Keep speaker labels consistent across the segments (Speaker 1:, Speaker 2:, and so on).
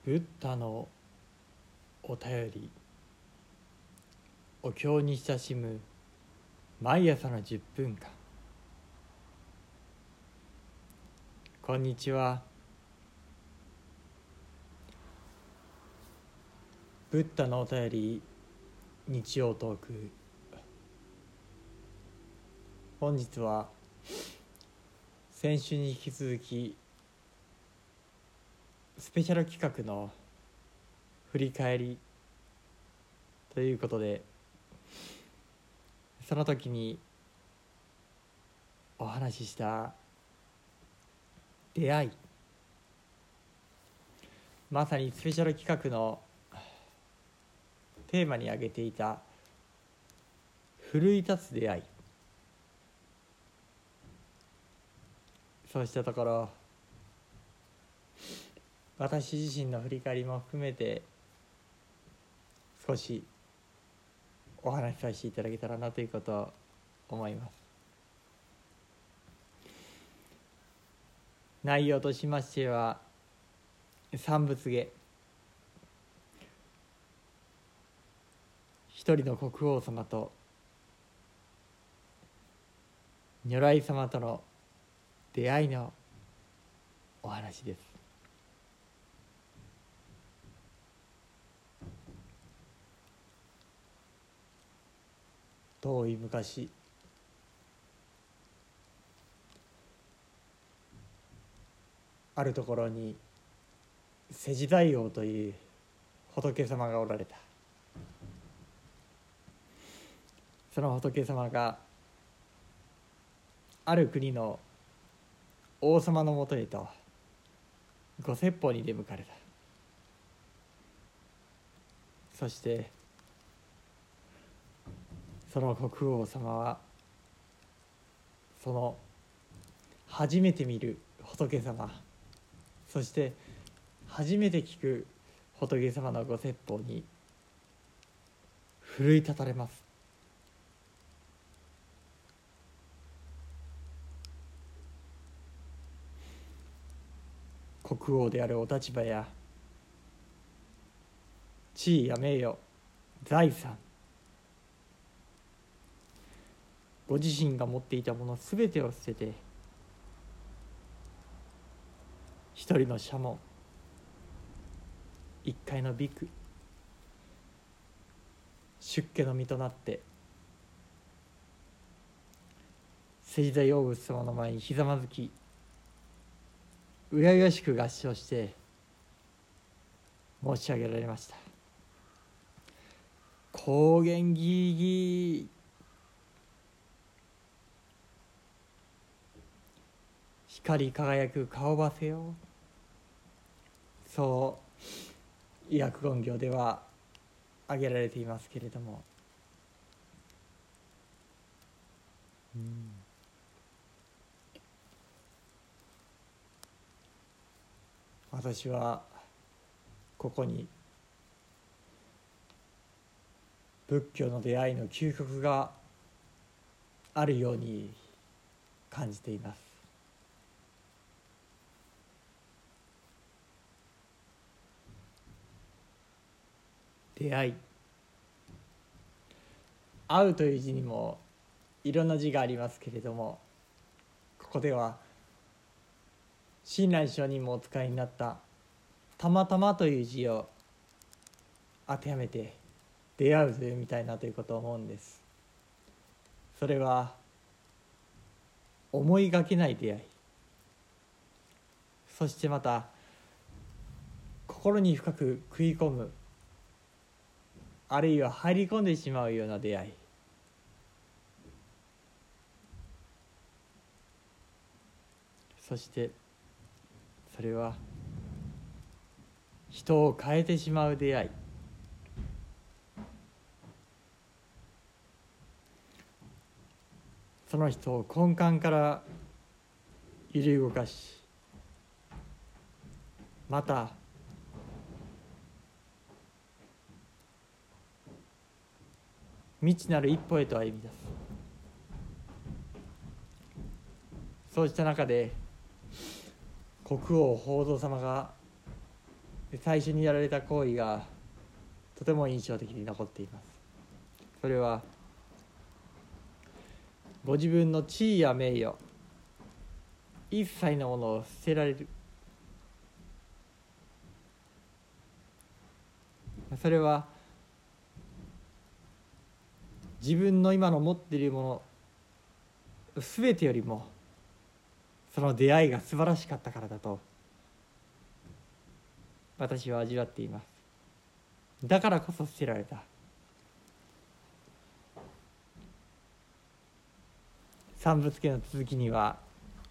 Speaker 1: ブッダのお便り、お経に親しむ毎朝の10分間。こんにちは。ブッダのお便り日曜トーク。本日は先週に引き続きスペシャル企画の振り返りということで、その時にお話しした出会い、まさにスペシャル企画のテーマに挙げていた奮い立つ出会い、そうしたところ私自身の振り返りも含めて少しお話しさせていただけたらなということを思います。内容としましては三仏下、一人の国王様と如来様との出会いのお話です。遠い昔、あるところに世辞大王という仏様がおられた。その仏様がある国の王様のもとへとご説法に出向かれた。そしてその国王様はその初めて見る仏様、そして初めて聞く仏様のご説法に奮い立たれます。国王であるお立場や地位や名誉、財産、ご自身が持っていたものすべてを捨てて、一人の舎門、一階のビク、出家の身となって世辞大王仏様の前にひざまずき、うやうやしく合掌して申し上げられました。高原ギーギー、光り輝く顔ばせよ。そう訳言行では挙げられていますけれども、私はここに仏教の出会いの究極があるように感じています。出会い、会うという字にもいろんな字がありますけれども、ここでは親鸞上人もお使いになったたまたまという字を当てはめて出会うというみたいなということを思うんです。それは思いがけない出会い、そしてまた心に深く食い込む、あるいは入り込んでしまうような出会い、そしてそれは人を変えてしまう出会い、その人を根幹から揺り動かし、また未知なる一歩へと歩み出す。そうした中で国王法蔵様が最初にやられた行為がとても印象的に残っています。それはご自分の地位や名誉一切のものを捨てられる。それは自分の今の持っているもの全てよりもその出会いが素晴らしかったからだと私は味わっています。だからこそ捨てられた。三仏家の続きには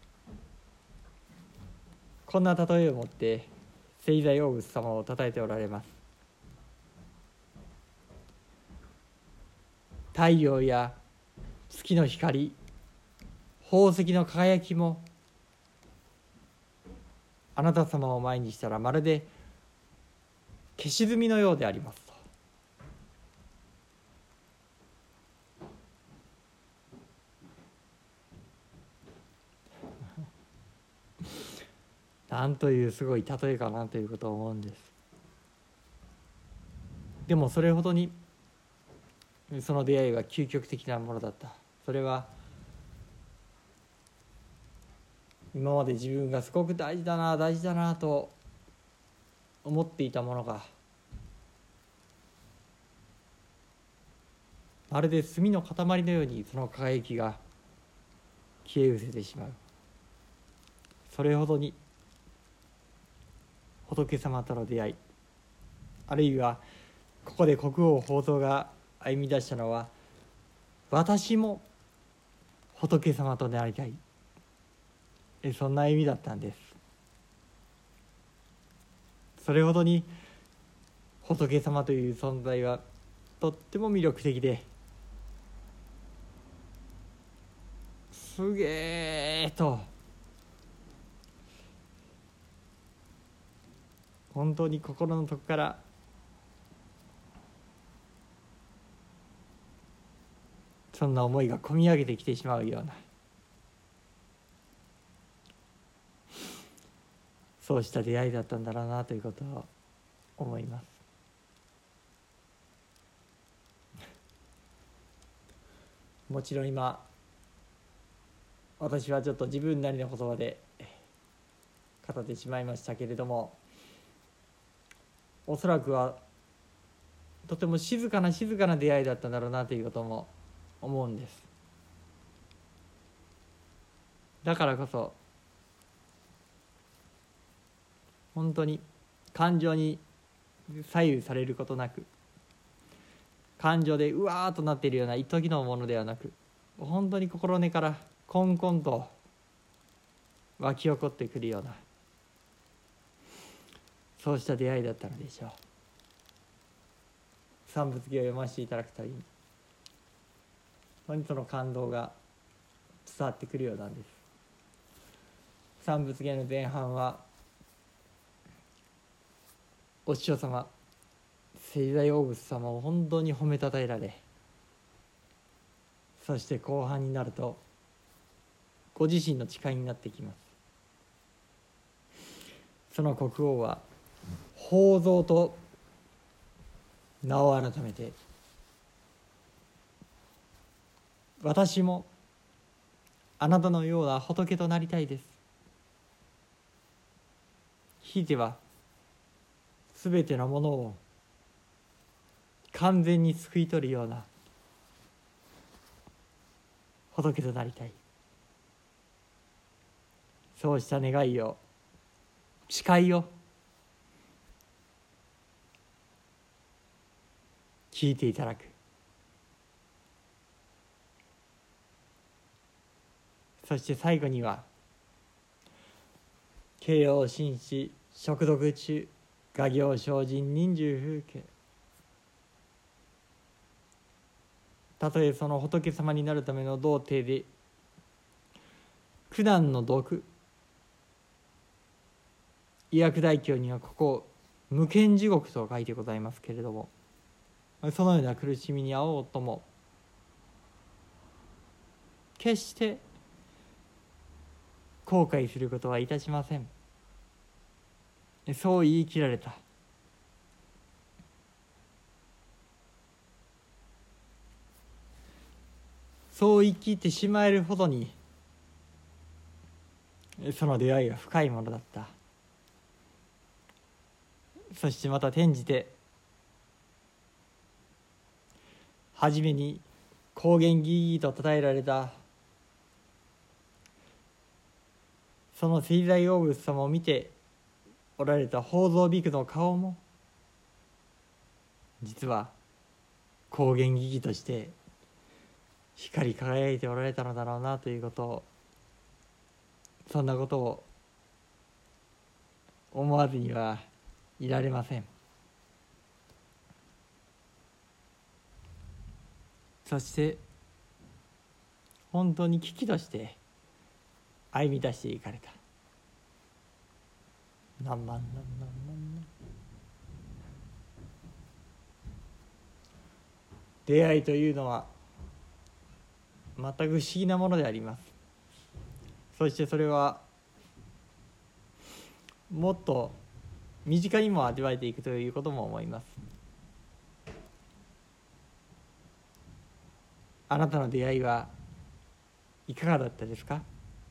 Speaker 1: こんな例えを持って清在大仏様を称えておられます。太陽や月の光、宝石の輝きもあなた様を前にしたらまるで消し炭のようでありますと。なんというすごい例えかなということを思うんです。でもそれほどにその出会いは究極的なものだった。それは今まで自分がすごく大事だなと思っていたものがまるで炭の塊のようにその輝きが消え失せてしまう。それほどに仏様との出会い、あるいはここで国王法蔵が歩み出したのは、私も仏様となりたい、そんな歩みだったんです。それほどに仏様という存在はとっても魅力的で、すげえと本当に心の底からそんな思いがこみ上げてきてしまうような、そうした出会いだったんだろうなということを思います。もちろん今私はちょっと自分なりの言葉で語ってしまいましたけれども、おそらくはとても静かな出会いだったんだろうなということも思うんです。だからこそ本当に感情に左右されることなく、感情でうわーっとなっているような一時のものではなく、本当に心根からこんこんと湧き起こってくるような、そうした出会いだったのでしょう。三仏記を読ませていただくたびに本当にその感動が伝わってくるようなんです。三仏記の前半はお師匠様清在大仏様を本当に褒めたたえられ、そして後半になるとご自身の誓いになってきます。その国王は法蔵と名を改めて、私もあなたのような仏となりたいです。ひいてはすべてのものを完全に救い取るような仏となりたい、そうした願いを、誓いを聞いていただく。そして最後には慶応紳士食読中画行精進忍住風景、たとえその仏様になるための道程で苦難の毒、医薬大経にはここ無間地獄と書いてございますけれども、そのような苦しみに遭おうとも決して後悔することはいたしません。そう言い切られたそう生きてしまえるほどにその出会いは深いものだった。そしてまた転じて初めに高原ギギと称えられたその聖罪大仏様を見ておられた宝蔵ビクの顔も実は高原ギギとして光り輝いておられたのだろうなということを、そんなことを思わずにはいられません。そして本当に危機として歩み出していかれた。何万出会いというのは全く不思議なものであります。そしてそれはもっと身近にも味わえていくということも思います。あなたの出会いはいかがだったですか？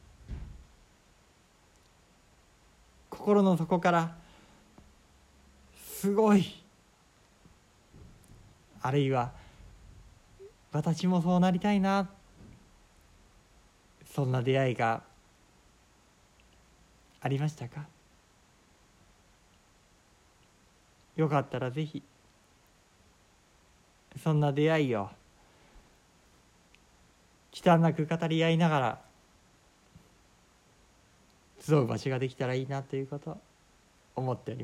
Speaker 1: 心の底からすごい、あるいは私もそうなりたいな、そんな出会いがありましたか？よかったらぜひそんな出会いを忌憚なく語り合いながら集う場所ができたらいいなということを思っております。